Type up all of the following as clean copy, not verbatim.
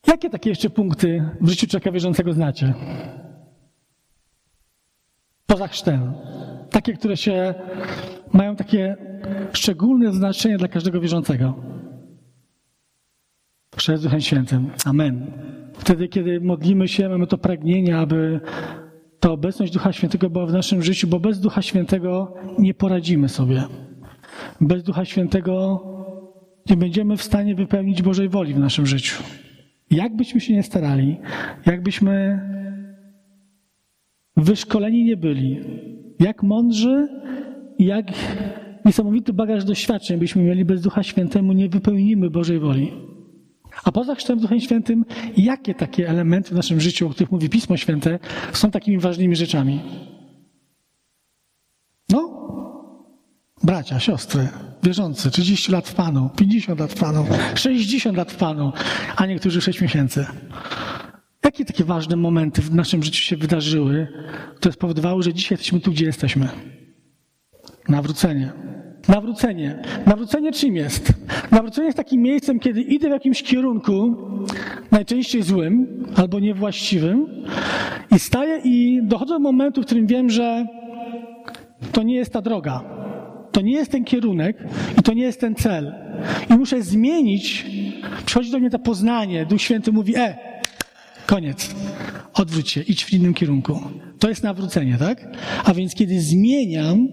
Jakie takie jeszcze punkty w życiu człowieka wierzącego znacie? Poza chrztem. Takie, które mają takie szczególne znaczenie dla każdego wierzącego. Chrzest Duchem Świętym. Amen. Wtedy, kiedy modlimy się, mamy to pragnienie, aby ta obecność Ducha Świętego była w naszym życiu, bo bez Ducha Świętego nie poradzimy sobie. Bez Ducha Świętego nie będziemy w stanie wypełnić Bożej woli w naszym życiu. Jak byśmy się nie starali, jakbyśmy wyszkoleni nie byli, jak mądrzy, jak niesamowity bagaż doświadczeń byśmy mieli, bez Ducha Świętego nie wypełnimy Bożej woli. A poza chrztem Duchem Świętym, jakie takie elementy w naszym życiu, o których mówi Pismo Święte, są takimi ważnymi rzeczami? No, bracia, siostry, wierzący, 30 lat w Panu, 50 lat w Panu, 60 lat w Panu, a niektórzy 6 miesięcy. Jakie takie ważne momenty w naszym życiu się wydarzyły, które spowodowały, że dzisiaj jesteśmy tu, gdzie jesteśmy? Nawrócenie. Nawrócenie. Nawrócenie czym jest? Nawrócenie jest takim miejscem, kiedy idę w jakimś kierunku, najczęściej złym albo niewłaściwym, i staję i dochodzę do momentu, w którym wiem, że to nie jest ta droga, to nie jest ten kierunek i to nie jest ten cel. I muszę zmienić, przychodzi do mnie to poznanie, Duch Święty mówi, koniec, odwróć się, idź w innym kierunku. To jest nawrócenie, tak? A więc kiedy zmieniam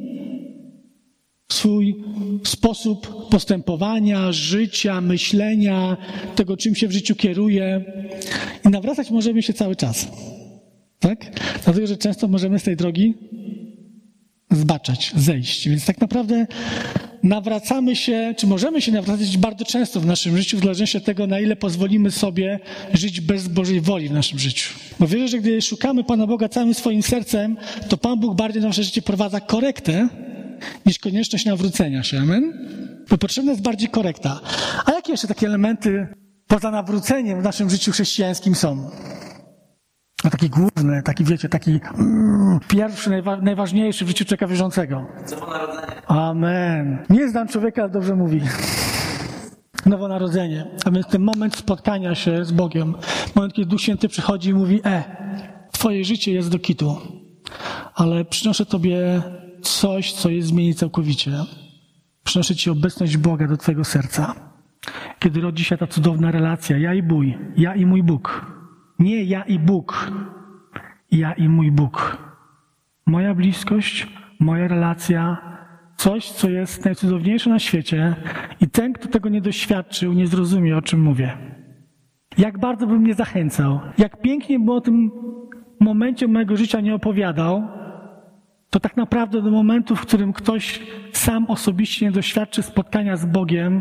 swój sposób postępowania, życia, myślenia, tego, czym się w życiu kieruję. I nawracać możemy się cały czas. Tak? Dlatego, że często możemy z tej drogi zbaczać, zejść. Więc tak naprawdę nawracamy się, czy możemy się nawracać bardzo często w naszym życiu, w zależności od tego, na ile pozwolimy sobie żyć bez Bożej woli w naszym życiu. Bo wierzę, że gdy szukamy Pana Boga całym swoim sercem, to Pan Bóg bardziej na nasze życie prowadza korektę, niż konieczność nawrócenia się. Amen? Bo potrzebna jest bardziej korekta. A jakie jeszcze takie elementy poza nawróceniem w naszym życiu chrześcijańskim są? No taki główny, taki wiecie, taki pierwszy, najważniejszy w życiu człowieka wierzącego. Nowonarodzenie. Amen. Nie znam człowieka, ale dobrze mówi. Nowonarodzenie. A więc ten moment spotkania się z Bogiem. Moment, kiedy Duch Święty przychodzi i mówi, twoje życie jest do kitu, ale przynoszę tobie coś, co je zmieni całkowicie. Przynoszę ci obecność Boga do twojego serca. Kiedy rodzi się ta cudowna relacja, ja i mój Bóg. Nie ja i Bóg, ja i mój Bóg. Moja bliskość, moja relacja, coś, co jest najcudowniejsze na świecie i ten, kto tego nie doświadczył, nie zrozumie, o czym mówię. Jak bardzo bym mnie zachęcał, jak pięknie bym o tym momencie mojego życia nie opowiadał, to tak naprawdę do momentu, w którym ktoś sam osobiście nie doświadczy spotkania z Bogiem,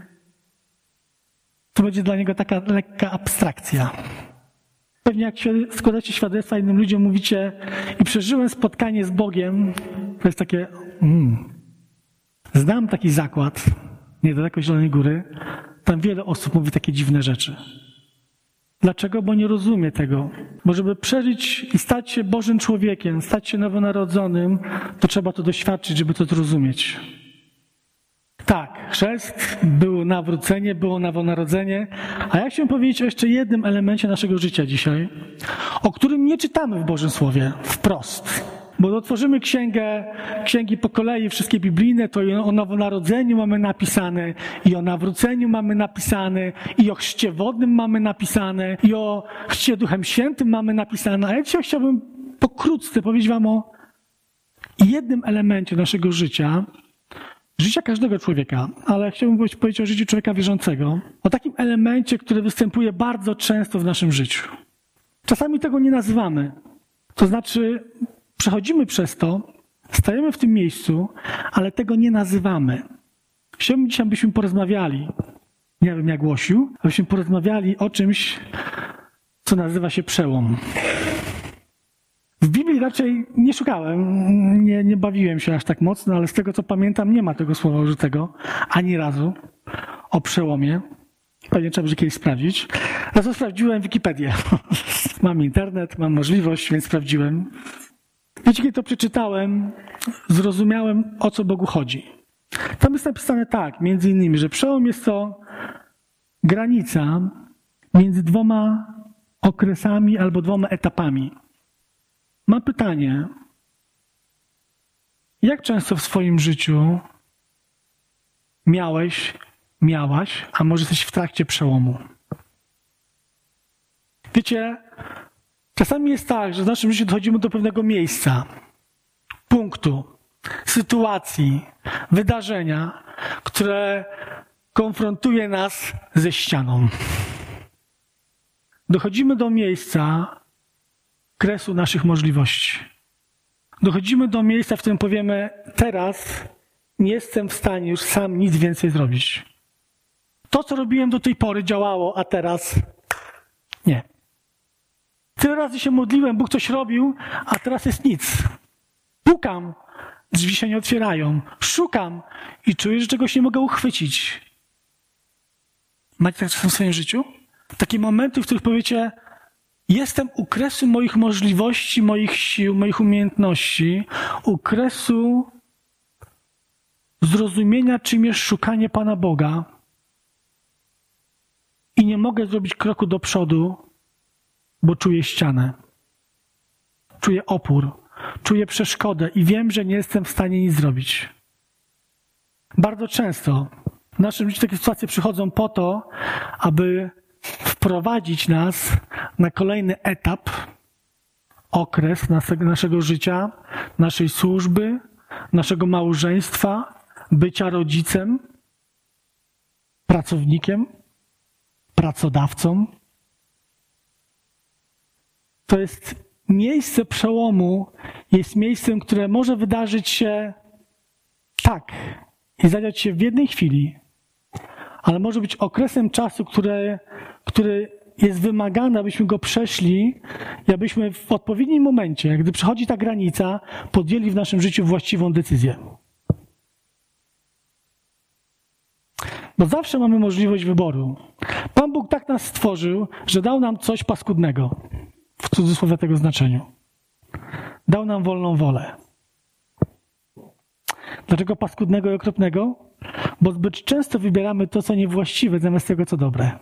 to będzie dla niego taka lekka abstrakcja. Pewnie jak składacie świadectwa innym ludziom, mówicie i przeżyłem spotkanie z Bogiem, to jest takie znam taki zakład, niedaleko Zielonej Góry, tam wiele osób mówi takie dziwne rzeczy. Dlaczego? Bo nie rozumie tego. Bo żeby przeżyć i stać się Bożym człowiekiem, stać się nowonarodzonym, to trzeba to doświadczyć, żeby to zrozumieć. Tak, chrzest, było nawrócenie, było nowonarodzenie, a ja chciałem powiedzieć o jeszcze jednym elemencie naszego życia dzisiaj, o którym nie czytamy w Bożym Słowie wprost. Bo otworzymy księgi po kolei, wszystkie biblijne, to i o nowonarodzeniu mamy napisane, i o nawróceniu mamy napisane, i o chrzcie wodnym mamy napisane, i o chrzcie Duchem Świętym mamy napisane. A ja dzisiaj chciałbym pokrótce powiedzieć wam o jednym elemencie naszego życia każdego człowieka, ale chciałbym powiedzieć o życiu człowieka wierzącego, o takim elemencie, który występuje bardzo często w naszym życiu. Czasami tego nie nazywamy. To znaczy, przechodzimy przez to, stajemy w tym miejscu, ale tego nie nazywamy. Chciałbym dzisiaj, abyśmy porozmawiali, nie wiem jak głosił, abyśmy porozmawiali o czymś, co nazywa się przełom. W Biblii raczej nie szukałem, nie bawiłem się aż tak mocno, ale z tego co pamiętam nie ma tego słowa użytego ani razu o przełomie. Pewnie trzeba będzie kiedyś sprawdzić. No to sprawdziłem Wikipedię. Mam internet, mam możliwość, więc sprawdziłem. Wiecie, kiedy to przeczytałem, zrozumiałem, o co Bogu chodzi. Tam jest napisane tak, między innymi, że przełom jest to granica między dwoma okresami albo dwoma etapami. Mam pytanie. Jak często w swoim życiu miałaś, a może jesteś w trakcie przełomu? Wiecie, czasami jest tak, że w naszym życiu dochodzimy do pewnego miejsca, punktu, sytuacji, wydarzenia, które konfrontuje nas ze ścianą. Dochodzimy do miejsca kresu naszych możliwości. Dochodzimy do miejsca, w którym powiemy, teraz nie jestem w stanie już sam nic więcej zrobić. To, co robiłem do tej pory, działało, a teraz nie. Tyle razy się modliłem, Bóg coś robił, a teraz jest nic. Pukam, drzwi się nie otwierają. Szukam i czuję, że czegoś nie mogę uchwycić. Macie tak czasem w swoim życiu? Takie momenty, w których powiecie, jestem u kresu moich możliwości, moich sił, moich umiejętności, u kresu zrozumienia, czym jest szukanie Pana Boga i nie mogę zrobić kroku do przodu, bo czuję ścianę. Czuję opór, czuję przeszkodę i wiem, że nie jestem w stanie nic zrobić. Bardzo często w naszym życiu takie sytuacje przychodzą po to, aby wprowadzić nas na kolejny etap, okres naszego życia, naszej służby, naszego małżeństwa, bycia rodzicem, pracownikiem, pracodawcą. To jest miejsce przełomu, jest miejscem, które może wydarzyć się tak i zadziać się w jednej chwili, ale może być okresem czasu, który jest wymagany, abyśmy go przeszli i abyśmy w odpowiednim momencie, gdy przychodzi ta granica, podjęli w naszym życiu właściwą decyzję. Bo zawsze mamy możliwość wyboru. Pan Bóg tak nas stworzył, że dał nam coś paskudnego, w cudzysłowie tego znaczeniu. Dał nam wolną wolę. Dlaczego paskudnego i okropnego? Bo zbyt często wybieramy to, co niewłaściwe, zamiast tego, co dobre.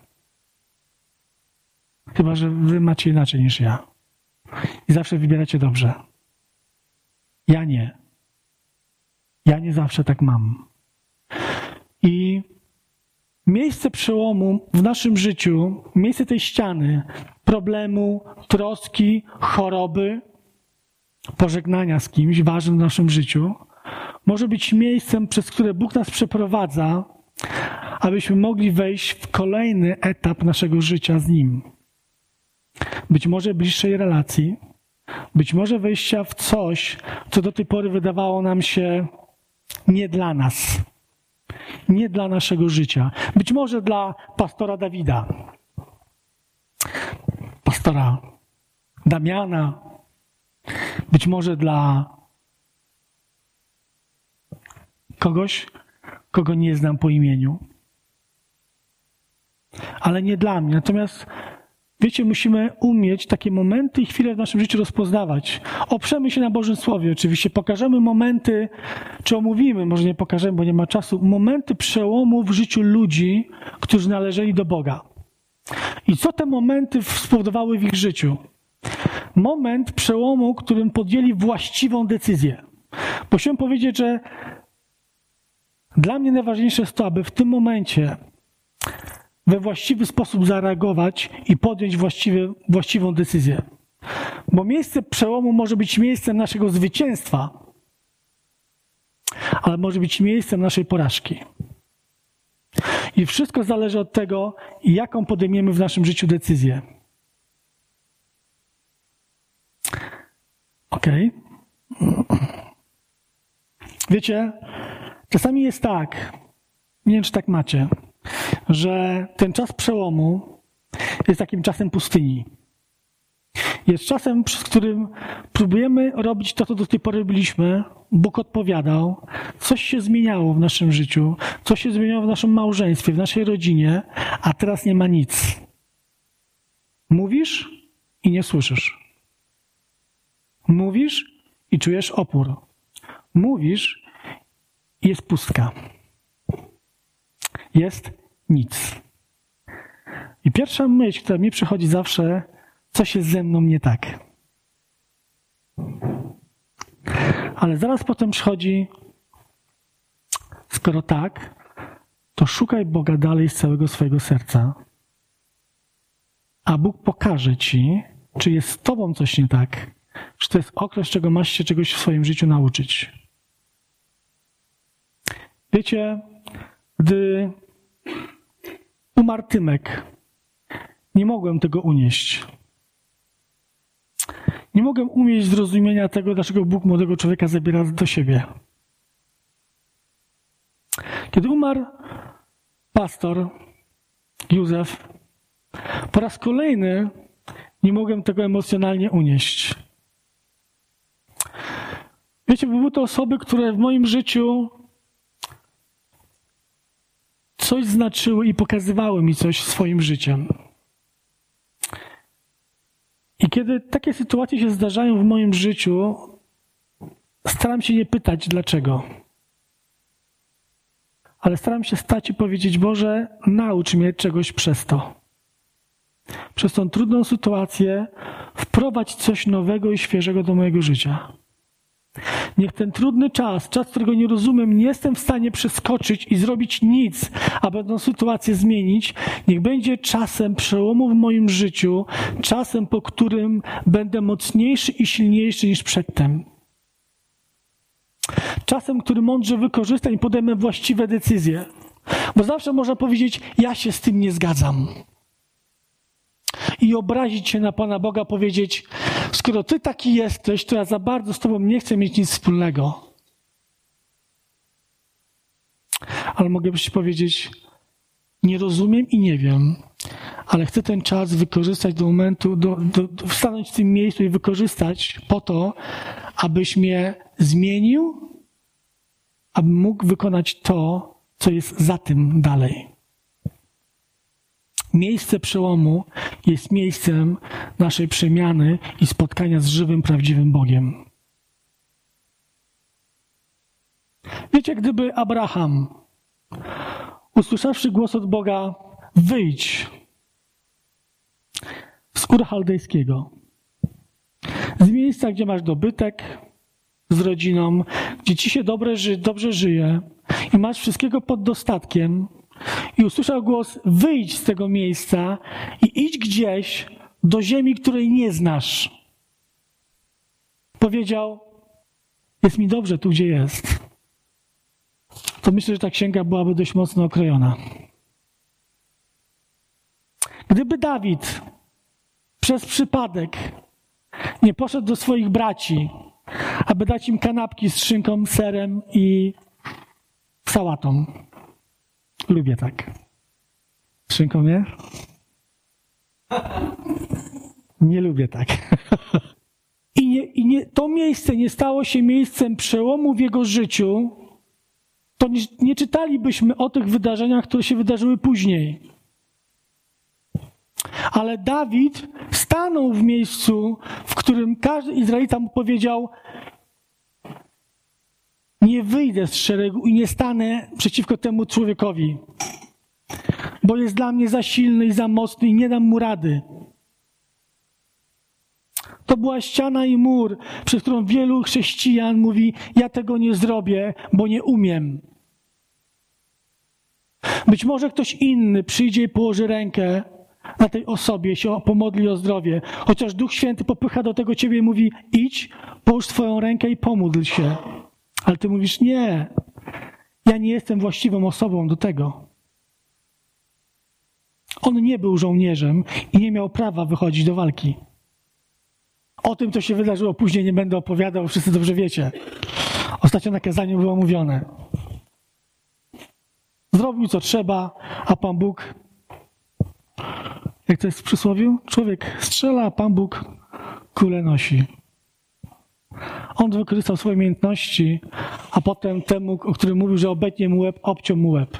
Chyba że wy macie inaczej niż ja. I zawsze wybieracie dobrze. Ja nie. Ja nie zawsze tak mam. I miejsce przełomu w naszym życiu, miejsce tej ściany, problemu, troski, choroby, pożegnania z kimś ważnym w naszym życiu, może być miejscem, przez które Bóg nas przeprowadza, abyśmy mogli wejść w kolejny etap naszego życia z Nim. Być może bliższej relacji, być może wejścia w coś, co do tej pory wydawało nam się nie dla nas, nie dla naszego życia. Być może dla pastora Dawida, pastora Damiana, być może dla kogoś, kogo nie znam po imieniu. Ale nie dla mnie. Natomiast wiecie, musimy umieć takie momenty i chwile w naszym życiu rozpoznawać. Oprzemy się na Bożym Słowie oczywiście. Pokażemy momenty, czy omówimy, może nie pokażemy, bo nie ma czasu, momenty przełomu w życiu ludzi, którzy należeli do Boga. I co te momenty spowodowały w ich życiu? Moment przełomu, którym podjęli właściwą decyzję. Bo chciałem powiedzieć, że dla mnie najważniejsze jest to, aby w tym momencie we właściwy sposób zareagować i podjąć właściwą decyzję. Bo miejsce przełomu może być miejscem naszego zwycięstwa, ale może być miejscem naszej porażki. I wszystko zależy od tego, jaką podejmiemy w naszym życiu decyzję. Okej? Wiecie, czasami jest tak, nie wiem, czy tak macie, że ten czas przełomu jest takim czasem pustyni. Jest czasem, przez którym próbujemy robić to, co do tej pory robiliśmy. Bóg odpowiadał. Coś się zmieniało w naszym życiu, coś się zmieniało w naszym małżeństwie, w naszej rodzinie, a teraz nie ma nic. Mówisz i nie słyszysz. Mówisz i czujesz opór. Mówisz i jest pustka. Jest nic. I pierwsza myśl, która mi przychodzi zawsze, coś jest ze mną nie tak. Ale zaraz potem przychodzi, skoro tak, to szukaj Boga dalej z całego swojego serca, a Bóg pokaże ci, czy jest z tobą coś nie tak, czy to jest okres, czego masz się czegoś w swoim życiu nauczyć. Wiecie, gdy umarł Tymek, nie mogłem tego unieść. Nie mogłem umieć zrozumienia tego, dlaczego Bóg młodego człowieka zabiera do siebie. Kiedy umarł pastor Józef, po raz kolejny nie mogłem tego emocjonalnie unieść. Wiecie, były to osoby, które w moim życiu coś znaczyły i pokazywały mi coś swoim życiem. I kiedy takie sytuacje się zdarzają w moim życiu, staram się nie pytać dlaczego. Ale staram się stać i powiedzieć: Boże, naucz mnie czegoś przez to. Przez tą trudną sytuację wprowadź coś nowego i świeżego do mojego życia. Niech ten trudny czas, którego nie rozumiem, nie jestem w stanie przeskoczyć i zrobić nic, aby tę sytuację zmienić, niech będzie czasem przełomu w moim życiu, czasem, po którym będę mocniejszy i silniejszy niż przedtem. Czasem, który mądrze wykorzystam i podejmę właściwe decyzje. Bo zawsze można powiedzieć: ja się z tym nie zgadzam. I obrazić się na Pana Boga, powiedzieć: skoro Ty taki jesteś, to ja za bardzo z Tobą nie chcę mieć nic wspólnego. Ale mogę Ci powiedzieć: nie rozumiem i nie wiem, ale chcę ten czas wykorzystać do momentu, stanąć w tym miejscu i wykorzystać po to, abyś mnie zmienił, abym mógł wykonać to, co jest za tym dalej. Miejsce przełomu jest miejscem naszej przemiany i spotkania z żywym, prawdziwym Bogiem. Wiecie, gdyby Abraham, usłyszawszy głos od Boga: wyjdź z Ur Chaldejskiego, z miejsca, gdzie masz dobytek, z rodziną, gdzie ci się dobrze żyje i masz wszystkiego pod dostatkiem, i usłyszał głos: wyjdź z tego miejsca i idź gdzieś do ziemi, której nie znasz. Powiedział: jest mi dobrze tu, gdzie jest. To myślę, że ta księga byłaby dość mocno okrojona. Gdyby Dawid przez przypadek nie poszedł do swoich braci, aby dać im kanapki z szynką, serem i sałatą. Lubię tak. Szynką nie? Nie lubię tak. To miejsce nie stało się miejscem przełomu w jego życiu, to nie czytalibyśmy o tych wydarzeniach, które się wydarzyły później. Ale Dawid stanął w miejscu, w którym każdy Izraelita mu powiedział: nie wyjdę z szeregu i nie stanę przeciwko temu człowiekowi, bo jest dla mnie za silny i za mocny i nie dam mu rady. To była ściana i mur, przez którą wielu chrześcijan mówi: ja tego nie zrobię, bo nie umiem. Być może ktoś inny przyjdzie i położy rękę na tej osobie, się pomodli o zdrowie, chociaż Duch Święty popycha do tego ciebie i mówi: idź, połóż swoją rękę i pomódl się. Ale ty mówisz: nie, ja nie jestem właściwą osobą do tego. On nie był żołnierzem i nie miał prawa wychodzić do walki. O tym, co się wydarzyło później, nie będę opowiadał, wszyscy dobrze wiecie. Ostatnio na kazaniu było mówione. Zrobił co trzeba, a Pan Bóg, jak to jest w przysłowiu? Człowiek strzela, a Pan Bóg kulę nosi. On wykorzystał swoje umiejętności, a potem temu, o którym mówił, że obetnie mu łeb, obciął mu łeb.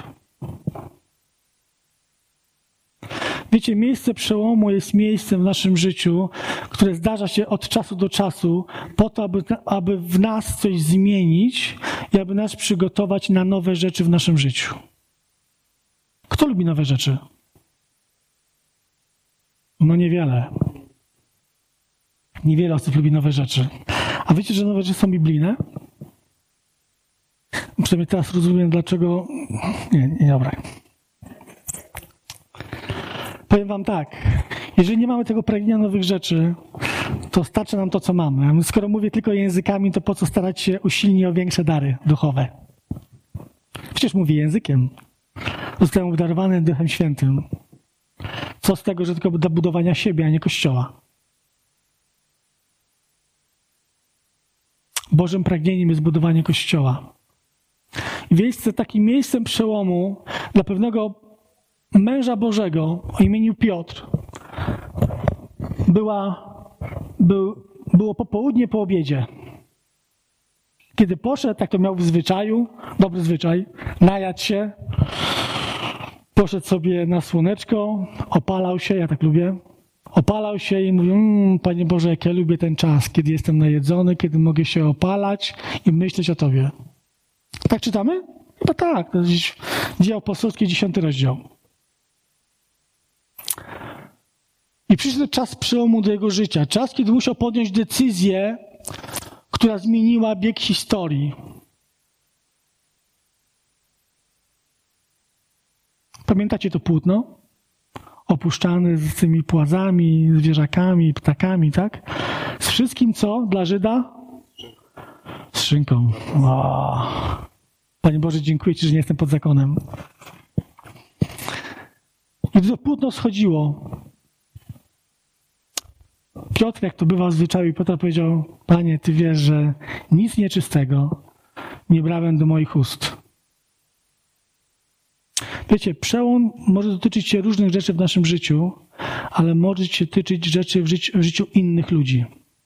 Wiecie, miejsce przełomu jest miejscem w naszym życiu, które zdarza się od czasu do czasu po to, aby w nas coś zmienić i aby nas przygotować na nowe rzeczy w naszym życiu. Kto lubi nowe rzeczy? No niewiele. Niewiele osób lubi nowe rzeczy. A wiecie, że nowe rzeczy są biblijne? Przynajmniej teraz rozumiem, dlaczego... Nie, dobra. Powiem wam tak. Jeżeli nie mamy tego pragnienia nowych rzeczy, to starczy nam to, co mamy. Skoro mówię tylko językami, to po co starać się usilnie o większe dary duchowe? Przecież mówię językiem. Zostałem obdarowany Duchem Świętym. Co z tego, że tylko do budowania siebie, a nie Kościoła? Bożym pragnieniem jest budowanie Kościoła. I takim miejscem przełomu dla pewnego męża Bożego o imieniu Piotr było popołudnie po obiedzie. Kiedy poszedł, tak to miał w zwyczaju, dobry zwyczaj, najadł się, poszedł sobie na słoneczko, opalał się, ja tak lubię, opalał się i mówił, Panie Boże, jak ja lubię ten czas, kiedy jestem najedzony, kiedy mogę się opalać i myśleć o Tobie. Tak czytamy? No tak, to jest Dzieje Apostolskie, 10 rozdział. I przyszedł czas przełomu do jego życia. Czas, kiedy musiał podjąć decyzję, która zmieniła bieg historii. Pamiętacie to płótno? Opuszczane z tymi płazami, zwierzakami, ptakami, tak? Z wszystkim, co dla Żyda? Z szynką. Panie Boże, dziękuję Ci, że nie jestem pod zakonem. I to płótno schodziło. Piotr, jak to bywa w zwyczaju, Piotr powiedział, Panie, Ty wiesz, że nic nieczystego nie brałem do moich ust. Wiecie, przełom może dotyczyć się różnych rzeczy w naszym życiu, ale może się tyczyć rzeczy w życiu innych ludzi.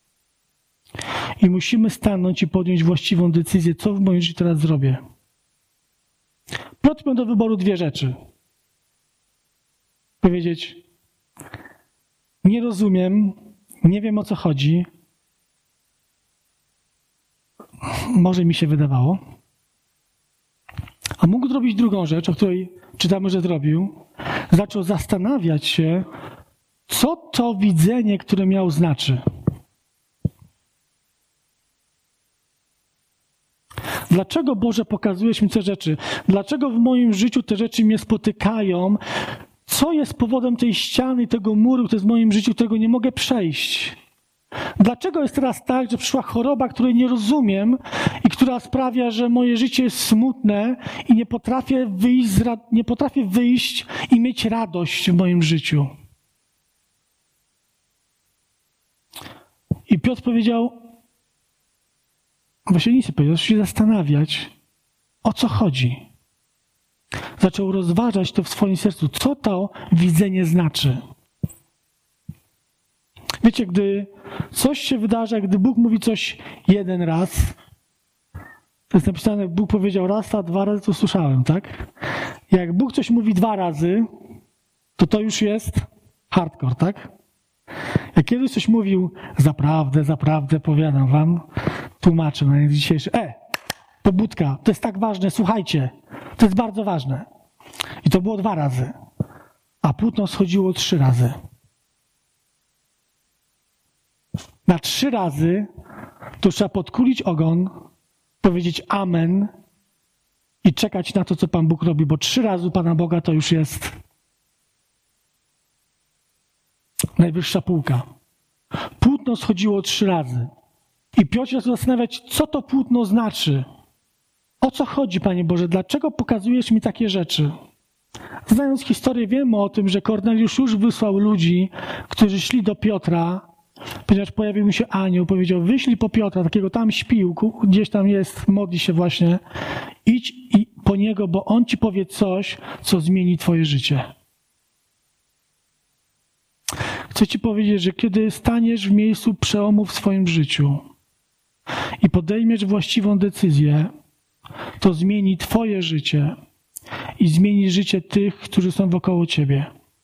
I musimy stanąć i podjąć właściwą decyzję, co w moim życiu teraz zrobię. Piotr miał do wyboru dwie rzeczy. Powiedzieć, nie rozumiem, nie wiem, o co chodzi. Może mi się wydawało. A mógł zrobić drugą rzecz, o której czytamy, że zrobił. Zaczął zastanawiać się, co to widzenie, które miał, znaczy. Dlaczego, Boże, pokazujesz mi te rzeczy? Dlaczego w moim życiu te rzeczy mnie spotykają? Co jest powodem tej ściany, tego muru, który jest w moim życiu, którego nie mogę przejść? Dlaczego jest teraz tak, że przyszła choroba, której nie rozumiem i która sprawia, że moje życie jest smutne i nie potrafię wyjść i mieć radość w moim życiu? I Piotr powiedział, właśnie nic nie powiedział, zaczął się zastanawiać, o co chodzi. Zaczął rozważać to w swoim sercu, co to widzenie znaczy. Wiecie, gdy coś się wydarza, gdy Bóg mówi coś jeden raz, to jest napisane, Bóg powiedział raz, a dwa razy to słyszałem, tak? Jak Bóg coś mówi dwa razy, to już jest hardcore, tak? Jak kiedyś coś mówił, zaprawdę, powiadam wam, tłumaczę na dzisiejszy, pobudka, to jest tak ważne, słuchajcie, to jest bardzo ważne. I to było 2 razy, a płótno schodziło 3 razy. Na 3 razy to trzeba podkulić ogon, powiedzieć amen i czekać na to, co Pan Bóg robi, bo 3 razy u Pana Boga to już jest najwyższa półka. Płótno schodziło 3 razy. I Piotr zaczął zastanawiać, co to płótno znaczy. O co chodzi, Panie Boże? Dlaczego pokazujesz mi takie rzeczy? Znając historię, wiemy o tym, że Korneliusz już wysłał ludzi, którzy szli do Piotra, ponieważ pojawił mu się anioł, powiedział, wyślij po Piotra, takiego tam śpił, gdzieś tam jest, modli się właśnie, idź po niego, bo on ci powie coś, co zmieni twoje życie. Chcę ci powiedzieć, że kiedy staniesz w miejscu przełomu w swoim życiu i podejmiesz właściwą decyzję, to zmieni twoje życie i zmieni życie tych, którzy są wokoło ciebie.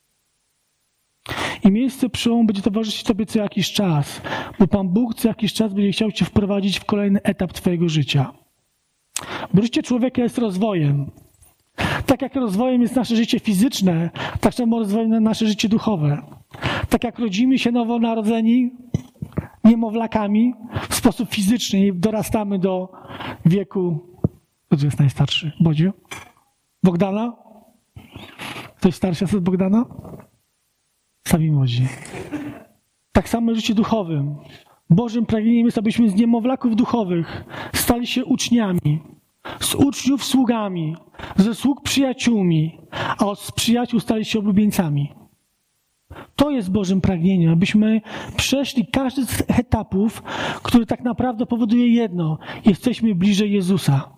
I miejsce przełomu będzie towarzyszyć tobie co jakiś czas, bo Pan Bóg co jakiś czas będzie chciał cię wprowadzić w kolejny etap twojego życia. Bo życie człowieka jest rozwojem. Tak jak rozwojem jest nasze życie fizyczne, tak samo rozwojem nasze życie duchowe. Tak jak rodzimy się nowonarodzeni, niemowlakami, w sposób fizyczny i dorastamy do wieku, kto jest najstarszy? Bodziu? Bogdana? Ktoś starszy jest od Bogdana? Sami młodzi. Tak samo w życiu duchowym. Bożym pragnieniem jest, abyśmy z niemowlaków duchowych stali się uczniami, z uczniów sługami, ze sług przyjaciółmi, a od przyjaciół stali się oblubieńcami. To jest Bożym pragnieniem, abyśmy przeszli każdy z etapów, który tak naprawdę powoduje jedno. Jesteśmy bliżej Jezusa.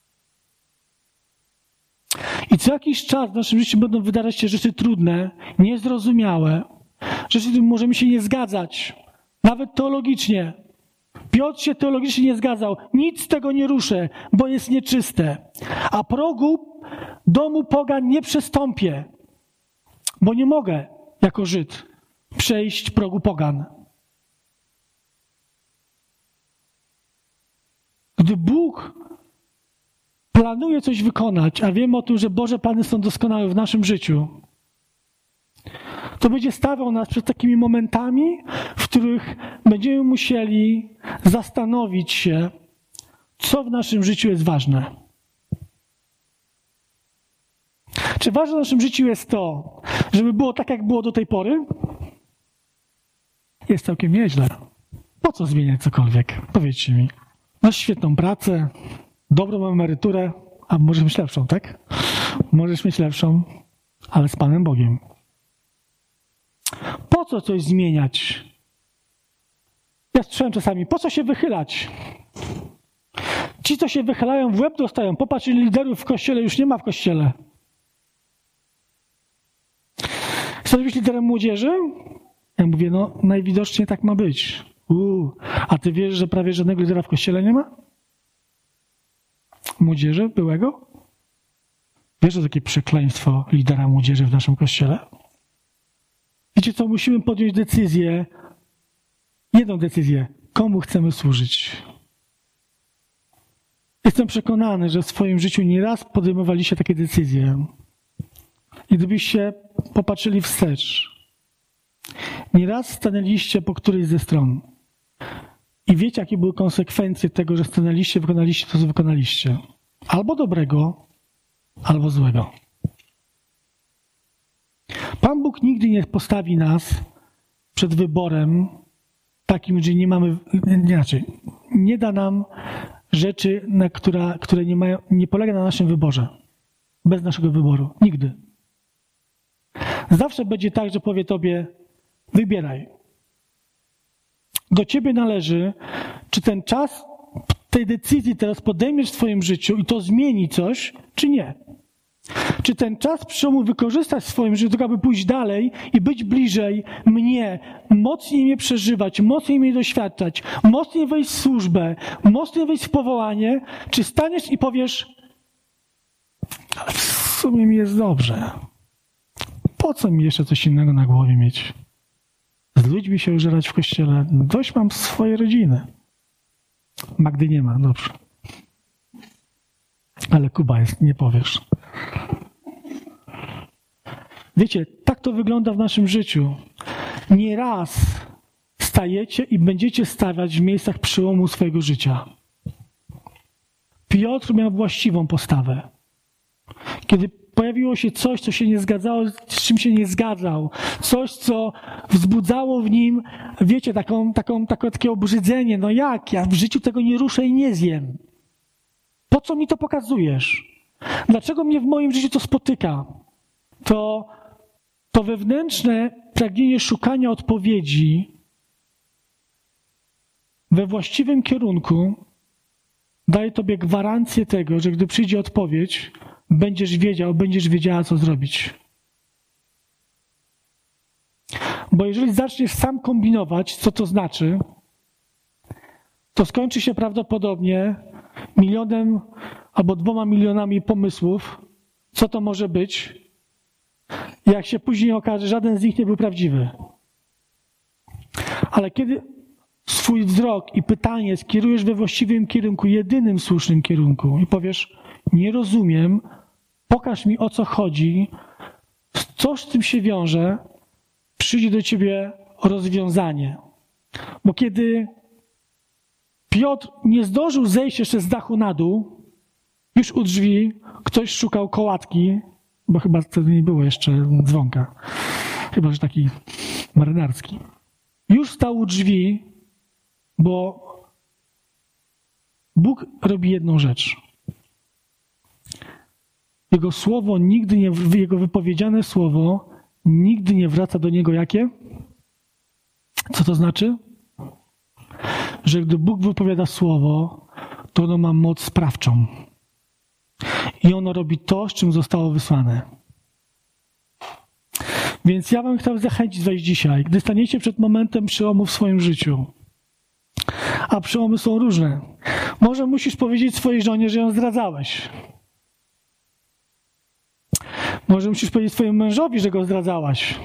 I co jakiś czas w naszym życiu będą wydarzać się rzeczy trudne, niezrozumiałe, rzeczy, z którymi możemy się nie zgadzać, nawet teologicznie. Piotr się teologicznie nie zgadzał. Nic z tego nie ruszę, bo jest nieczyste. A progu domu pogan nie przestąpię, bo nie mogę jako Żyd przejść progu pogan. Gdy Bóg planuje coś wykonać, a wiemy o tym, że Boże plany są doskonałe w naszym życiu, to będzie stawiał nas przed takimi momentami, w których będziemy musieli zastanowić się, co w naszym życiu jest ważne. Czy ważne w naszym życiu jest to, żeby było tak, jak było do tej pory? Jest całkiem nieźle. Po co zmieniać cokolwiek? Powiedzcie mi. Masz świetną pracę, dobrą emeryturę, a możesz mieć lepszą, tak? Możesz mieć lepszą, ale z Panem Bogiem. Po co coś zmieniać? Ja słyszałem czasami, po co się wychylać? Ci, co się wychylają, w łeb dostają. Popatrz, ile liderów w kościele już nie ma w kościele. Chcesz być liderem młodzieży? Ja mówię, no najwidoczniej tak ma być. A ty wiesz, że prawie żadnego lidera w kościele nie ma? Młodzieży byłego? Wiesz, że takie przekleństwo lidera młodzieży w naszym kościele? Wiecie co, musimy podjąć decyzję, jedną decyzję, komu chcemy służyć. Jestem przekonany, że w swoim życiu nieraz podejmowaliście takie decyzje. I gdybyście popatrzyli wstecz, nieraz stanęliście po którejś ze stron. I wiecie, jakie były konsekwencje tego, że stanęliście, wykonaliście to, co wykonaliście. Albo dobrego, albo złego. Pan Bóg nigdy nie postawi nas przed wyborem takim, że nie da nam rzeczy, które nie polega na naszym wyborze. Bez naszego wyboru. Nigdy. Zawsze będzie tak, że powie tobie, wybieraj. Do ciebie należy, czy ten czas tej decyzji teraz podejmiesz w swoim życiu i to zmieni coś, czy nie. Czy ten czas przełomu wykorzystać w swoim życiu, tak aby pójść dalej i być bliżej mnie, mocniej mnie przeżywać, mocniej mnie doświadczać, mocniej wejść w służbę, mocniej wejść w powołanie, czy staniesz i powiesz, ale w sumie mi jest dobrze. Po co mi jeszcze coś innego na głowie mieć? Z ludźmi się użerać w kościele. Dość mam swoje rodziny. Magdy nie ma, dobrze. Ale Kuba jest, nie powiesz. Wiecie, tak to wygląda w naszym życiu. Nieraz stajecie i będziecie stawać w miejscach przełomu swojego życia. Piotr miał właściwą postawę. Kiedy pojawiło się coś, co się nie zgadzało, z czym się nie zgadzał, coś, co wzbudzało w nim, wiecie, takie obrzydzenie. No jak? Ja w życiu tego nie ruszę i nie zjem. Po co mi to pokazujesz? Dlaczego mnie w moim życiu to spotyka? To wewnętrzne pragnienie szukania odpowiedzi we właściwym kierunku daje tobie gwarancję tego, że gdy przyjdzie odpowiedź, będziesz wiedziała, co zrobić. Bo jeżeli zaczniesz sam kombinować, co to znaczy, to skończy się prawdopodobnie 1 000 000 albo 2 milionami pomysłów, co to może być. Jak się później okaże, żaden z nich nie był prawdziwy. Ale kiedy swój wzrok i pytanie skierujesz we właściwym kierunku, jedynym słusznym kierunku i powiesz, nie rozumiem, pokaż mi, o co chodzi, co z tym się wiąże, przyjdzie do ciebie rozwiązanie. Bo kiedy Piotr nie zdążył zejść jeszcze z dachu na dół, już u drzwi ktoś szukał kołatki, bo chyba wtedy nie było jeszcze dzwonka. Chyba, że taki marynarski. Już stał u drzwi, bo Bóg robi jedną rzecz. Jego słowo nigdy nie, jego wypowiedziane słowo nigdy nie wraca do niego jakie? Co to znaczy? Że gdy Bóg wypowiada słowo, to ono ma moc sprawczą. I ono robi to, z czym zostało wysłane. Więc ja wam chciał zachęcić was dzisiaj, gdy staniecie przed momentem przełomu w swoim życiu. A przełomy są różne. Może musisz powiedzieć swojej żonie, że ją zdradzałeś. Może musisz powiedzieć swojemu mężowi, że go zdradzałaś.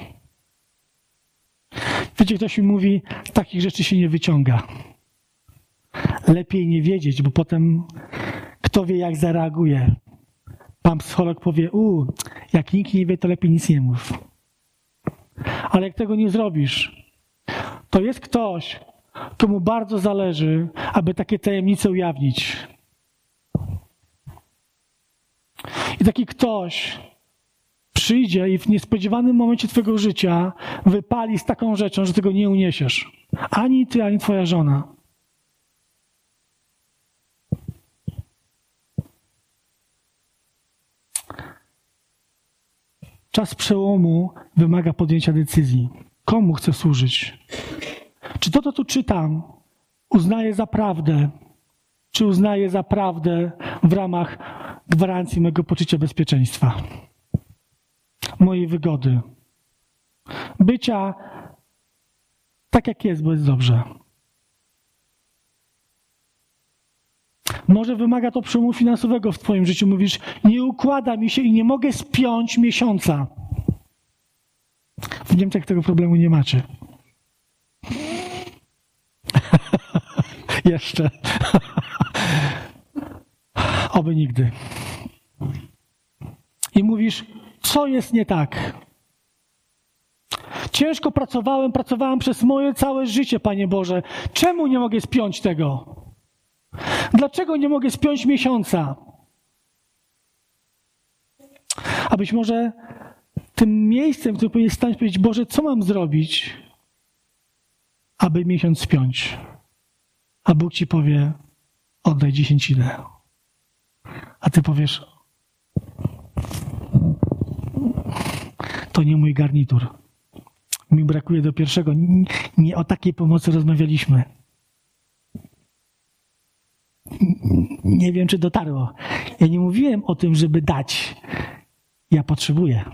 Wiecie, ktoś mi mówi, takich rzeczy się nie wyciąga. Lepiej nie wiedzieć, bo potem kto wie, jak zareaguje. Pan psycholog powie, jak nikt nie wie, to lepiej nic nie mów. Ale jak tego nie zrobisz, to jest ktoś, komu bardzo zależy, aby takie tajemnice ujawnić. I taki ktoś przyjdzie i w niespodziewanym momencie twojego życia wypali z taką rzeczą, że tego nie uniesiesz. Ani ty, ani twoja żona. Czas przełomu wymaga podjęcia decyzji. Komu chcę służyć? Czy to, co tu czytam, uznaję za prawdę? Czy uznaję za prawdę w ramach gwarancji mojego poczucia bezpieczeństwa? Mojej wygody? Bycia tak, jak jest, bo jest dobrze. Może wymaga to przełomu finansowego w twoim życiu. Mówisz, nie układa mi się i nie mogę spiąć miesiąca. W Niemczech tego problemu nie macie. Jeszcze. Oby nigdy. I mówisz, co jest nie tak? Ciężko pracowałem przez moje całe życie, Panie Boże. Czemu nie mogę spiąć tego? Dlaczego nie mogę spiąć miesiąca? A być może tym miejscem, w którym powinieneś stać, powiedzieć, Boże, co mam zrobić, aby miesiąc spiąć? A Bóg ci powie, oddaj 10. A ty powiesz, to nie mój garnitur. Mi brakuje do pierwszego. Nie o takiej pomocy rozmawialiśmy. Nie wiem, czy dotarło. Ja nie mówiłem o tym, żeby dać. Ja potrzebuję.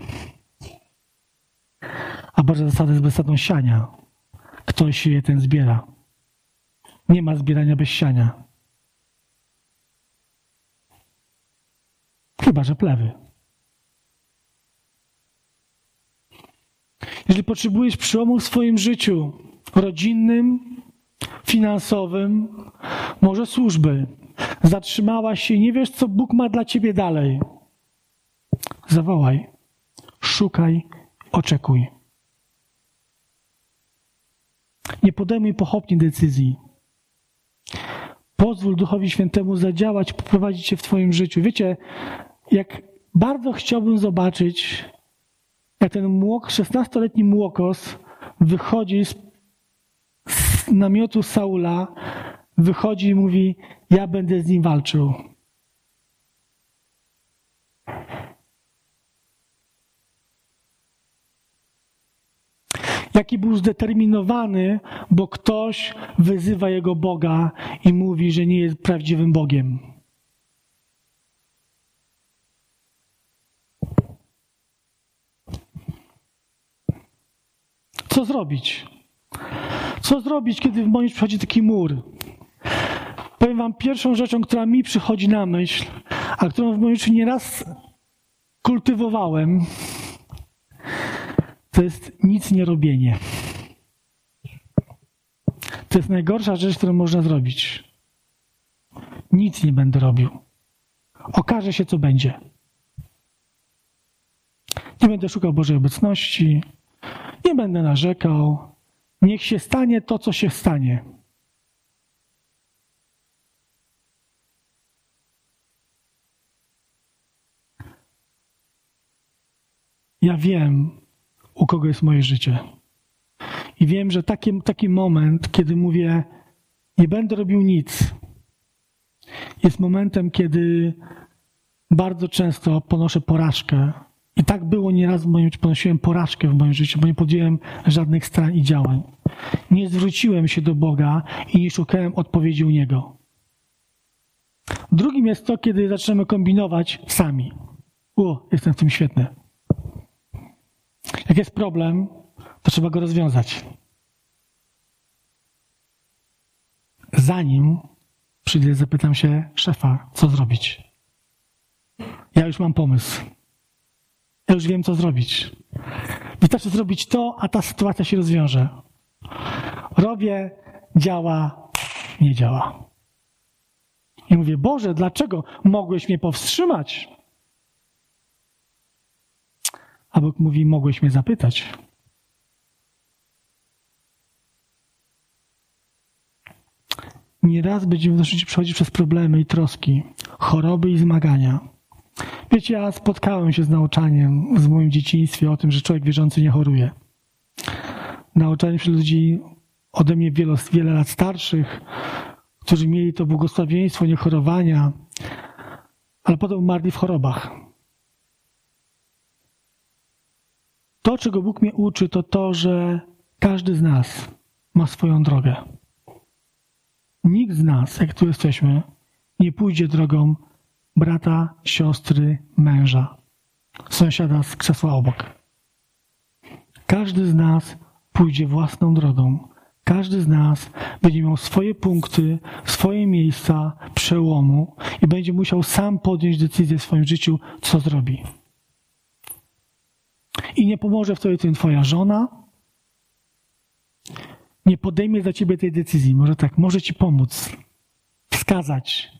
A Boża zasada jest zasadą siania. Kto sieje, ten zbiera. Nie ma zbierania bez siania. Chyba że plewy. Jeżeli potrzebujesz przełomu w swoim życiu rodzinnym, finansowym, może służby, zatrzymałaś się, nie wiesz, co Bóg ma dla ciebie dalej, zawołaj, szukaj, oczekuj. Nie podejmuj pochopnie decyzji. Pozwól Duchowi Świętemu zadziałać, poprowadzić cię w twoim życiu. Wiecie, jak bardzo chciałbym zobaczyć, jak ten 16-letni młokos wychodzi z namiotu Saula, wychodzi i mówi, ja będę z nim walczył. Jaki był zdeterminowany, bo ktoś wyzywa jego Boga i mówi, że nie jest prawdziwym Bogiem. Co zrobić? Co zrobić, kiedy w moim życiu przychodzi taki mur? Powiem wam, pierwszą rzeczą, która mi przychodzi na myśl, a którą w moim życiu nieraz kultywowałem, to jest nic nie robienie. To jest najgorsza rzecz, którą można zrobić. Nic nie będę robił. Okaże się, co będzie. Nie będę szukał Bożej obecności, Nie będę narzekał. Niech się stanie to, co się stanie. Ja wiem, u kogo jest moje życie. I wiem, że taki moment, kiedy mówię, nie będę robił nic, jest momentem, kiedy bardzo często ponoszę porażkę. I tak było nieraz w moim życiu, ponosiłem porażkę w moim życiu, bo nie podjąłem żadnych starań i działań. Nie zwróciłem się do Boga i nie szukałem odpowiedzi u Niego. Drugim jest to, kiedy zaczynamy kombinować sami. Jestem w tym świetny. Jak jest problem, to trzeba go rozwiązać. Zanim przyjdę, zapytam się szefa, co zrobić. Ja już mam pomysł. Ja już wiem, co zrobić. Wystarczy zrobić to, a ta sytuacja się rozwiąże. Robię, działa, nie działa. I mówię, Boże, dlaczego mogłeś mnie powstrzymać? A Bóg mówi, mogłeś mnie zapytać. Nieraz będziemy w naszym życiu przechodzić przez problemy i troski, choroby i zmagania. Wiecie, ja spotkałem się z nauczaniem w moim dzieciństwie o tym, że człowiek wierzący nie choruje. Nauczaniem się ludzi ode mnie wiele lat starszych, którzy mieli to błogosławieństwo niechorowania, ale potem umarli w chorobach. To, czego Bóg mnie uczy, to to, że każdy z nas ma swoją drogę. Nikt z nas, jak tu jesteśmy, nie pójdzie drogą brata, siostry, męża, sąsiada z krzesła obok. Każdy z nas pójdzie własną drogą. Każdy z nas będzie miał swoje punkty, swoje miejsca przełomu i będzie musiał sam podjąć decyzję w swoim życiu, co zrobi. I nie pomoże wtedy tym twoja żona, nie podejmie za ciebie tej decyzji. Może tak, może ci pomóc, wskazać.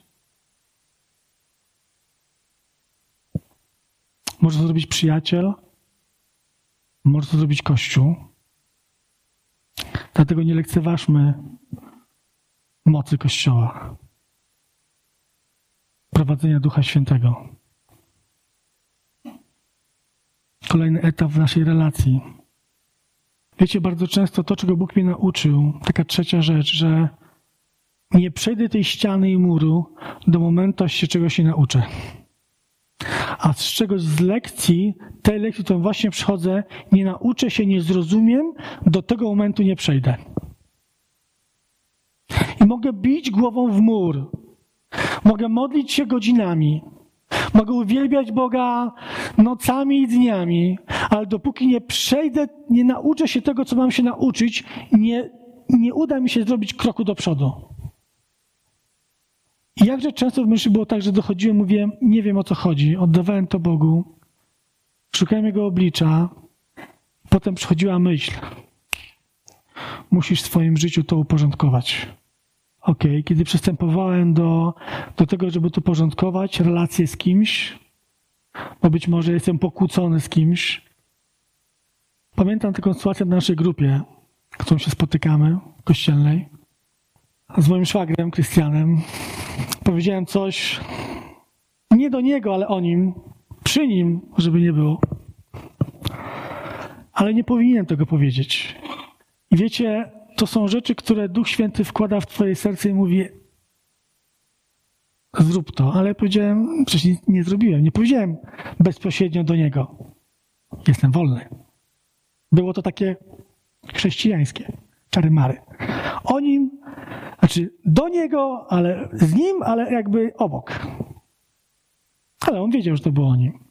Może to zrobić przyjaciel, może to zrobić Kościół. Dlatego nie lekceważmy mocy Kościoła, prowadzenia Ducha Świętego. Kolejny etap w naszej relacji. Wiecie, bardzo często to, czego Bóg mnie nauczył, taka trzecia rzecz, że nie przejdę tej ściany i muru do momentu, aż się czegoś nie nauczę. A z czegoś z lekcji, tej lekcji, którą właśnie przychodzę, nie nauczę się, nie zrozumiem, do tego momentu nie przejdę. I mogę bić głową w mur. Mogę modlić się godzinami. Mogę uwielbiać Boga nocami i dniami, ale dopóki nie przejdę, nie nauczę się tego, co mam się nauczyć, nie uda mi się zrobić kroku do przodu. I jakże często w myśli było tak, że dochodziłem, mówiłem, nie wiem o co chodzi, oddawałem to Bogu, szukałem Jego oblicza, potem przychodziła myśl, musisz w swoim życiu to uporządkować. Kiedy przystępowałem do tego, żeby to porządkować, relacje z kimś, bo być może jestem pokłócony z kimś. Pamiętam taką sytuację na naszej grupie, którą się spotykamy, kościelnej, z moim szwagrem, Krystianem. Powiedziałem coś, nie do niego, ale o nim, przy nim, żeby nie było. Ale nie powinienem tego powiedzieć. I wiecie, to są rzeczy, które Duch Święty wkłada w twoje serce i mówi, zrób to. Ale ja powiedziałem, przecież nie zrobiłem. Nie powiedziałem bezpośrednio do niego. Jestem wolny. Było to takie chrześcijańskie, czary-mary. O nim, znaczy do niego, ale z nim, ale jakby obok. Ale on wiedział, że to było o nim.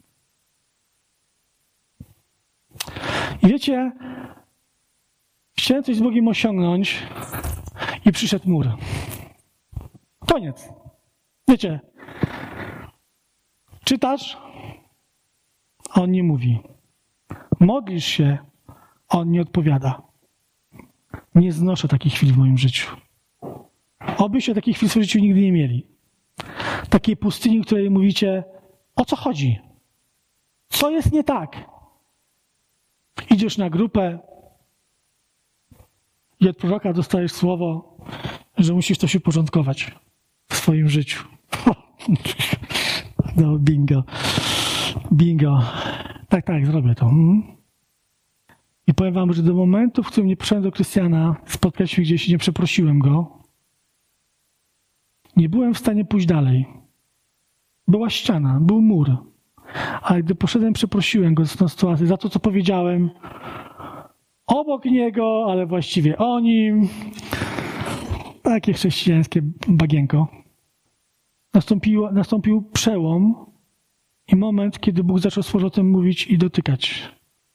I wiecie, chciałem coś z Bogiem osiągnąć i przyszedł mur. Koniec. Wiecie, czytasz, a on nie mówi. Modlisz się, a on nie odpowiada. Nie znoszę takich chwil w moim życiu. Obyście takich chwil w swoim życiu nigdy nie mieli. Takiej pustyni, w której mówicie, o co chodzi? Co jest nie tak? Idziesz na grupę, I od proroka dostajesz słowo, że musisz coś uporządkować w swoim życiu. No, bingo. Bingo. Tak, zrobię to. I powiem wam, że do momentu, w którym nie poszedłem do Krystiana, spotkać się gdzieś i nie przeprosiłem go, nie byłem w stanie pójść dalej. Była ściana, był mur. Ale gdy poszedłem, przeprosiłem go za tę sytuację, za to, co powiedziałem obok niego, ale właściwie o nim. Takie chrześcijańskie bagienko. Nastąpił przełom i moment, kiedy Bóg zaczął z powrotem mówić i dotykać.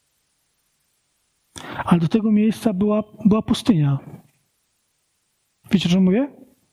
Ale do tego miejsca była pustynia. Wiecie, o czym mówię?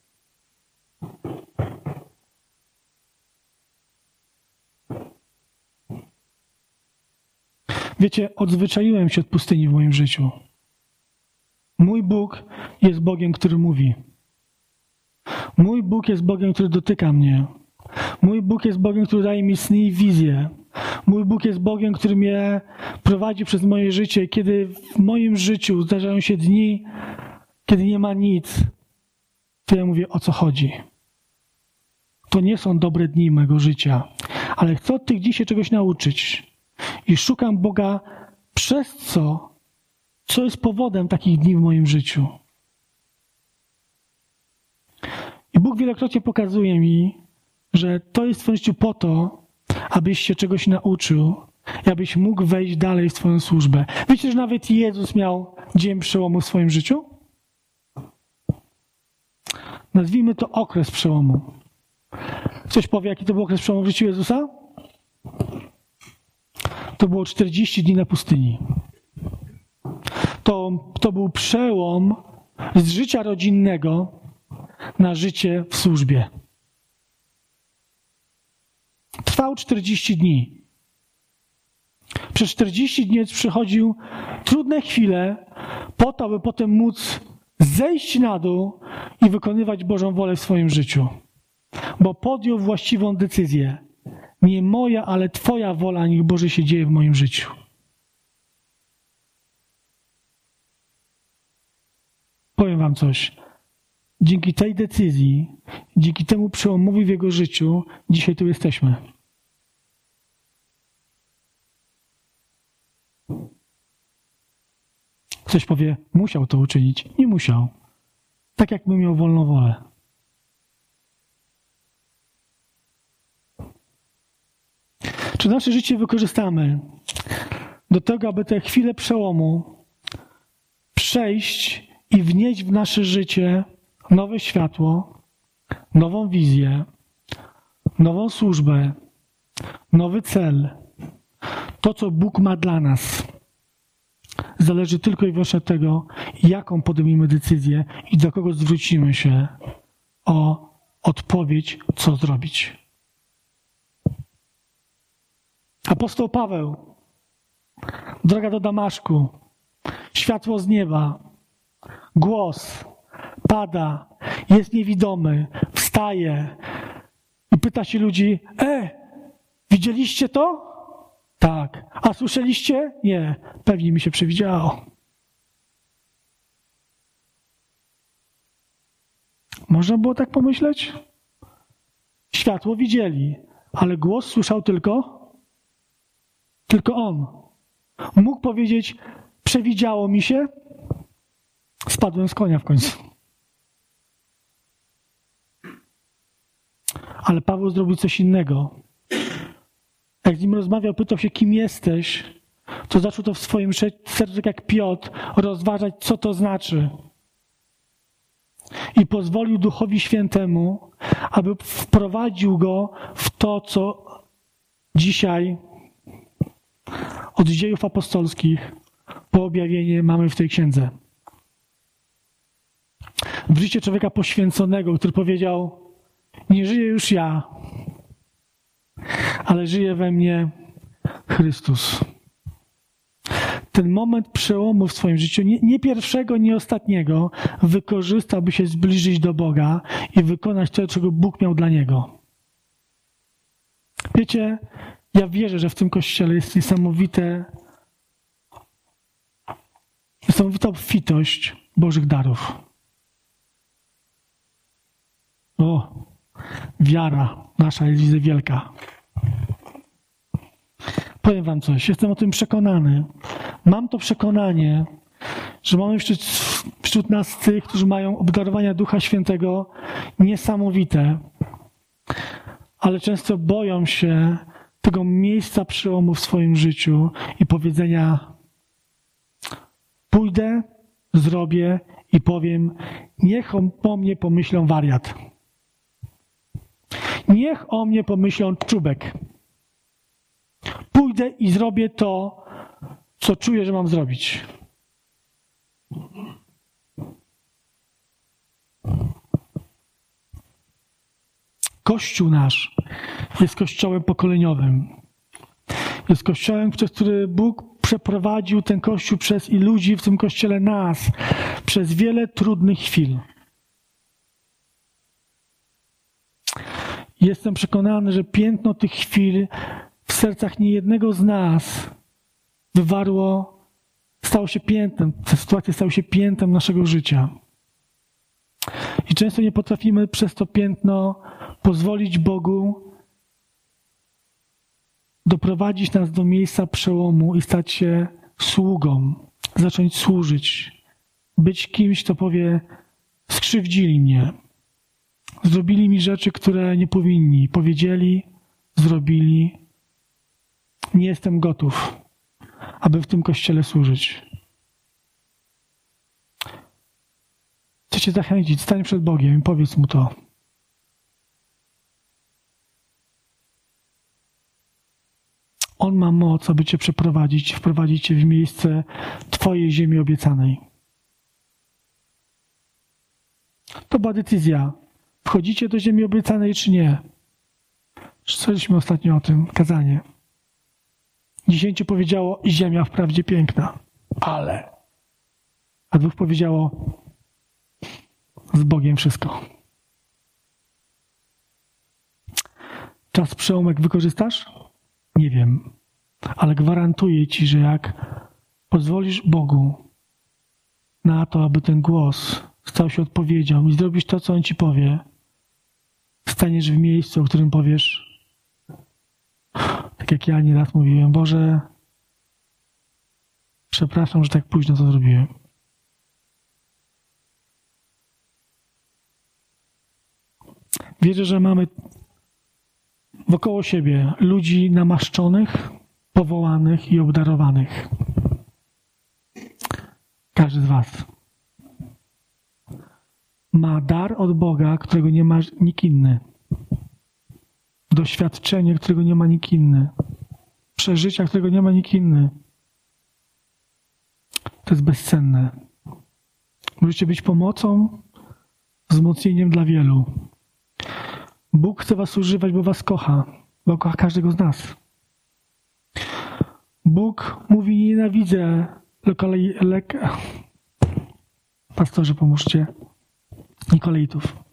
Wiecie, odzwyczaiłem się od pustyni w moim życiu. Mój Bóg jest Bogiem, który mówi. Mój Bóg jest Bogiem, który dotyka mnie. Mój Bóg jest Bogiem, który daje mi sny i wizje. Mój Bóg jest Bogiem, który mnie prowadzi przez moje życie. Kiedy w moim życiu zdarzają się dni, kiedy nie ma nic, to ja mówię, o co chodzi. To nie są dobre dni mego życia, ale chcę od tych dni się czegoś nauczyć. I szukam Boga przez co jest powodem takich dni w moim życiu. I Bóg wielokrotnie pokazuje mi, że to jest w twoim życiu po to, abyś się czegoś nauczył i abyś mógł wejść dalej w swoją służbę. Wiecie, że nawet Jezus miał dzień przełomu w swoim życiu? Nazwijmy to okres przełomu. Ktoś powie, jaki to był okres przełomu w życiu Jezusa? To było 40 dni na pustyni. To był przełom z życia rodzinnego na życie w służbie. Trwał 40 dni. Przez 40 dni przychodził trudne chwile po to, aby potem móc zejść na dół i wykonywać Bożą wolę w swoim życiu. Bo podjął właściwą decyzję. Nie moja, ale Twoja wola, niech Boże się dzieje w moim życiu. Powiem wam coś. Dzięki tej decyzji, dzięki temu przełomowi w jego życiu, dzisiaj tu jesteśmy. Ktoś powie, musiał to uczynić. Nie musiał. Tak jakby miał wolną wolę. Czy nasze życie wykorzystamy do tego, aby te chwile przełomu przejść i wnieść w nasze życie nowe światło, nową wizję, nową służbę, nowy cel. To, co Bóg ma dla nas, zależy tylko i wyłącznie od tego, jaką podejmiemy decyzję i do kogo zwrócimy się o odpowiedź, co zrobić. Apostoł Paweł, droga do Damaszku, światło z nieba, głos pada, jest niewidomy, wstaje i pyta się ludzi, widzieliście to? Tak. A słyszeliście? Nie. Pewnie mi się przewidziało. Można było tak pomyśleć? Światło widzieli, ale głos słyszał tylko on. Mógł powiedzieć, przewidziało mi się, spadłem z konia w końcu. Ale Paweł zrobił coś innego. Jak z nim rozmawiał, pytał się, kim jesteś, to zaczął to w swoim sercu, tak jak Piotr, rozważać, co to znaczy. I pozwolił Duchowi Świętemu, aby wprowadził go w to, co dzisiaj od dziejów apostolskich po objawienie mamy w tej księdze. W życie człowieka poświęconego, który powiedział, nie żyję już ja, ale żyje we mnie Chrystus. Ten moment przełomu w swoim życiu, nie pierwszego, nie ostatniego, wykorzystał, by się zbliżyć do Boga i wykonać to, czego Bóg miał dla niego. Wiecie, ja wierzę, że w tym Kościele jest niesamowite Niesamowita obfitość Bożych darów. O, wiara nasza jest, widzę, wielka. Powiem wam coś, jestem o tym przekonany. Mam to przekonanie, że mamy wśród nas tych, którzy mają obdarowania Ducha Świętego niesamowite, ale często boją się tego miejsca przełomu w swoim życiu i powiedzenia: pójdę, zrobię i powiem, niech po mnie pomyślą wariat. Niech o mnie pomyślą czubek. Pójdę i zrobię to, co czuję, że mam zrobić. Kościół nasz jest kościołem pokoleniowym. Jest kościołem, przez który Bóg przeprowadził ten kościół i ludzi w tym kościele nas przez wiele trudnych chwil. Jestem przekonany, że piętno tych chwil w sercach niejednego z nas stało się piętnem. Te sytuacje stały się piętnem naszego życia. I często nie potrafimy przez to piętno pozwolić Bogu doprowadzić nas do miejsca przełomu i stać się sługą, zacząć służyć, być kimś, kto powie: skrzywdzili mnie, zrobili mi rzeczy, które nie powinni, powiedzieli, zrobili. Nie jestem gotów, aby w tym kościele służyć. Chcę cię zachęcić, stań przed Bogiem i powiedz Mu to. On ma moc, aby cię przeprowadzić, wprowadzić cię w miejsce twojej ziemi obiecanej. To była decyzja. Wchodzicie do ziemi obiecanej, czy nie? Słyszeliśmy ostatnio o tym, kazanie. 10 powiedziało: ziemia wprawdzie piękna, ale. A 2 powiedziało: z Bogiem wszystko. Czas przełomek wykorzystasz? Nie wiem. Ale gwarantuję ci, że jak pozwolisz Bogu na to, aby ten głos stał się odpowiedzią i zrobisz to, co On ci powie, staniesz w miejscu, w którym powiesz, tak jak ja nieraz mówiłem: Boże, przepraszam, że tak późno to zrobiłem. Wierzę, że mamy wokoło siebie ludzi namaszczonych, powołanych i obdarowanych. Każdy z was ma dar od Boga, którego nie ma nikt inny. Doświadczenie, którego nie ma nikt inny. Przeżycia, którego nie ma nikt inny. To jest bezcenne. Możecie być pomocą, wzmocnieniem dla wielu. Bóg chce was używać, bo was kocha. Bo kocha każdego z nas. Bóg mówi: nienawidzę pastorzy, pomóżcie. Nikolaitów.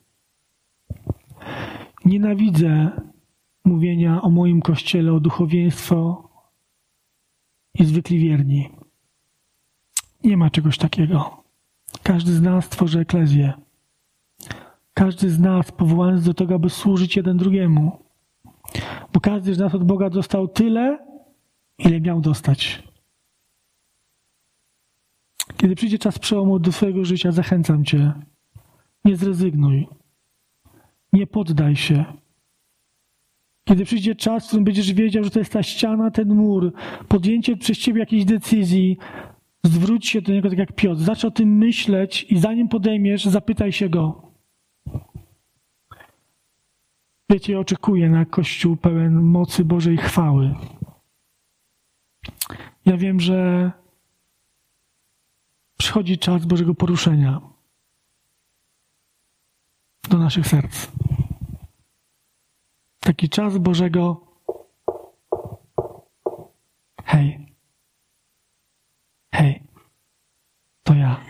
Nienawidzę mówienia o moim Kościele, o duchowieństwo i zwykli wierni. Nie ma czegoś takiego. Każdy z nas tworzy eklezję. Każdy z nas powołany jest do tego, aby służyć jeden drugiemu. Bo każdy z nas od Boga dostał tyle, ile miał dostać. Kiedy przyjdzie czas przełomu do swojego życia, zachęcam cię. Nie zrezygnuj. Nie poddaj się. Kiedy przyjdzie czas, w którym będziesz wiedział, że to jest ta ściana, ten mur, podjęcie przez ciebie jakiejś decyzji, zwróć się do niego tak jak Piotr. Zacznij o tym myśleć i zanim podejmiesz, zapytaj się go. Wiecie, ja oczekuję na Kościół pełen mocy Bożej chwały. Ja wiem, że przychodzi czas Bożego poruszenia do naszych serc. Taki czas Bożego: hej, to ja.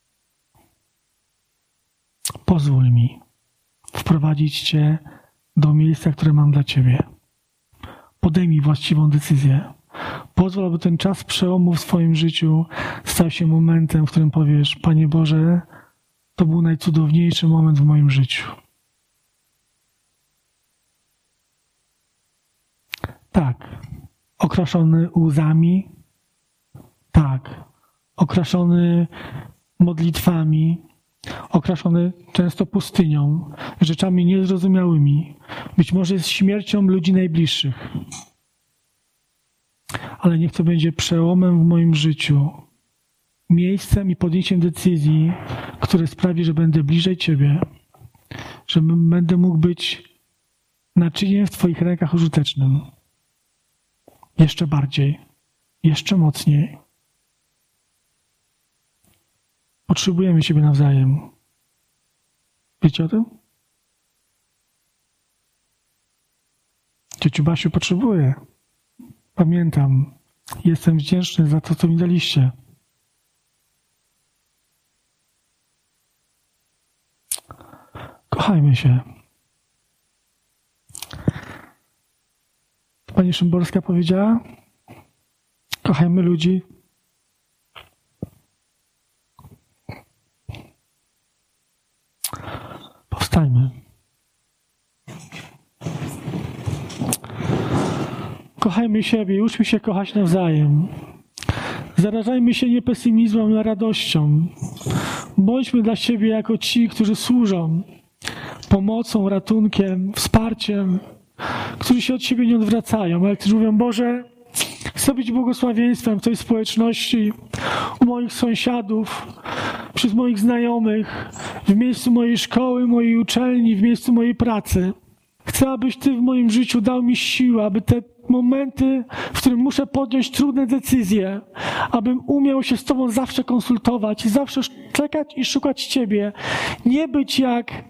Pozwól mi wprowadzić cię do miejsca, które mam dla ciebie. Podejmij właściwą decyzję. Pozwól, aby ten czas przełomu w swoim życiu stał się momentem, w którym powiesz: Panie Boże, to był najcudowniejszy moment w moim życiu. Tak, okraszony łzami, tak, okraszony modlitwami, okraszony często pustynią, rzeczami niezrozumiałymi, być może z śmiercią ludzi najbliższych. Ale niech to będzie przełomem w moim życiu, miejscem i podjęciem decyzji, które sprawi, że będę bliżej Ciebie, że będę mógł być naczyniem w Twoich rękach użytecznym. Jeszcze bardziej, jeszcze mocniej. Potrzebujemy siebie nawzajem. Wiecie o tym? Ciociu Basiu potrzebuje. Pamiętam. Jestem wdzięczny za to, co mi daliście. Kochajmy się. Pani Szymborska powiedziała: kochajmy ludzi. Powstańmy. Kochajmy siebie i uczmy się kochać nawzajem. Zarażajmy się nie pesymizmem, a radością. Bądźmy dla siebie jako ci, którzy służą pomocą, ratunkiem, wsparciem, którzy się od siebie nie odwracają, ale którzy mówią: Boże, chcę być błogosławieństwem w tej społeczności, u moich sąsiadów, przez moich znajomych, w miejscu mojej szkoły, mojej uczelni, w miejscu mojej pracy. Chcę, abyś Ty w moim życiu dał mi siłę, aby te momenty, w którym muszę podjąć trudne decyzje, abym umiał się z Tobą zawsze konsultować i zawsze czekać i szukać Ciebie. Nie być jak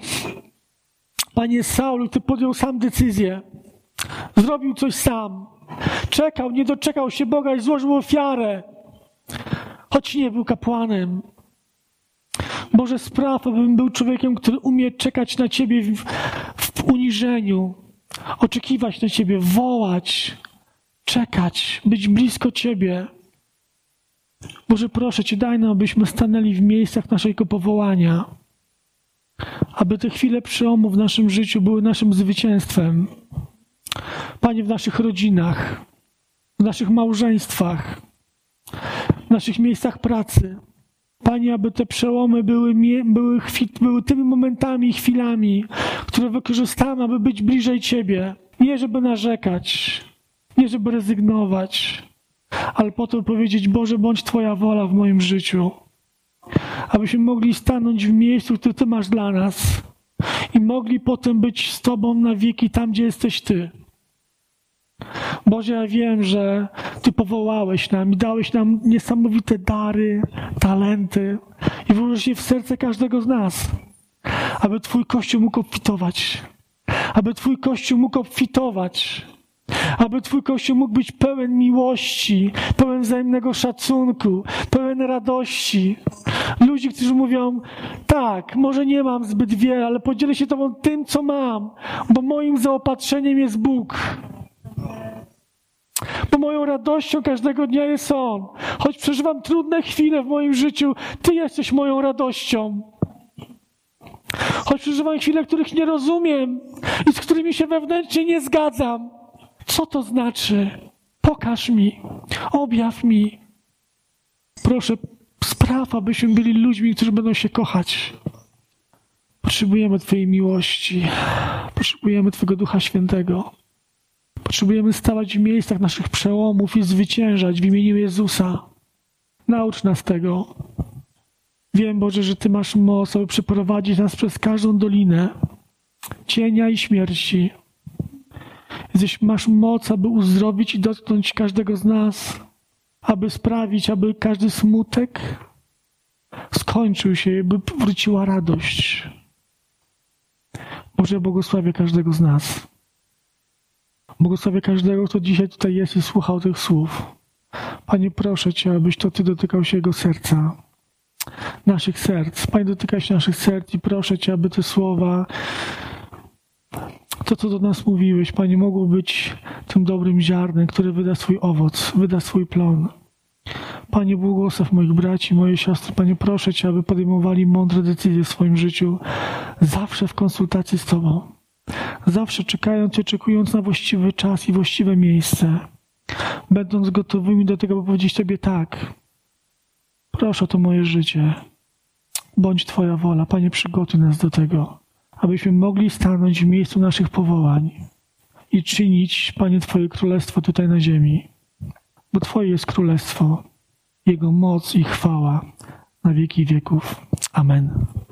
Panie Saul, który podjął sam decyzję. Zrobił coś sam. Czekał, nie doczekał się Boga i złożył ofiarę, choć nie był kapłanem. Boże, spraw, abym był człowiekiem, który umie czekać na Ciebie w uniżeniu, oczekiwać na Ciebie, wołać, czekać, być blisko Ciebie. Boże, proszę Cię, daj nam, abyśmy stanęli w miejscach naszego powołania, aby te chwile przełomu w naszym życiu były naszym zwycięstwem. Panie, w naszych rodzinach, w naszych małżeństwach, w naszych miejscach pracy. Panie, aby te przełomy były tymi momentami i chwilami, które wykorzystamy, aby być bliżej Ciebie. Nie żeby narzekać, nie żeby rezygnować, ale po to, by powiedzieć: Boże, bądź Twoja wola w moim życiu. Abyśmy mogli stanąć w miejscu, które Ty masz dla nas i mogli potem być z Tobą na wieki tam, gdzie jesteś Ty. Boże, ja wiem, że Ty powołałeś nam i dałeś nam niesamowite dary, talenty i włożyłeś je w serce każdego z nas, aby Twój Kościół mógł obfitować, aby Twój Kościół mógł obfitować, aby Twój Kościół mógł być pełen miłości, pełen wzajemnego szacunku, pełen radości. Ludzi, którzy mówią: tak, może nie mam zbyt wiele, ale podzielę się Tobą tym, co mam, bo moim zaopatrzeniem jest Bóg. Bo moją radością każdego dnia jest On. Choć przeżywam trudne chwile w moim życiu, Ty jesteś moją radością. Choć przeżywam chwile, których nie rozumiem i z którymi się wewnętrznie nie zgadzam. Co to znaczy? Pokaż mi, objaw mi. Proszę, spraw, abyśmy byli ludźmi, którzy będą się kochać. Potrzebujemy Twojej miłości. Potrzebujemy Twojego Ducha Świętego. Potrzebujemy stawać w miejscach naszych przełomów i zwyciężać w imieniu Jezusa. Naucz nas tego. Wiem, Boże, że Ty masz moc, aby przeprowadzić nas przez każdą dolinę cienia i śmierci. Masz moc, aby uzdrowić i dotknąć każdego z nas, aby sprawić, aby każdy smutek skończył się i by wróciła radość. Boże, błogosławię każdego z nas. Błogosławię każdego, kto dzisiaj tutaj jest i słuchał tych słów. Panie, proszę Cię, abyś to Ty dotykał się jego serca, naszych serc. Panie, dotykaj się naszych serc i proszę Cię, aby te słowa To, co do nas mówiłeś, Panie, mogło być tym dobrym ziarnem, które wyda swój owoc, wyda swój plon. Panie, błogosław moich braci, moje siostry. Panie, proszę Cię, aby podejmowali mądre decyzje w swoim życiu, zawsze w konsultacji z Tobą. Zawsze czekając i oczekując na właściwy czas i właściwe miejsce. Będąc gotowymi do tego, by powiedzieć Tobie tak. Proszę o to moje życie. Bądź Twoja wola. Panie, przygotuj nas do tego, abyśmy mogli stanąć w miejscu naszych powołań i czynić, Panie, Twoje królestwo tutaj na ziemi. Bo Twoje jest królestwo, Jego moc i chwała na wieki wieków. Amen.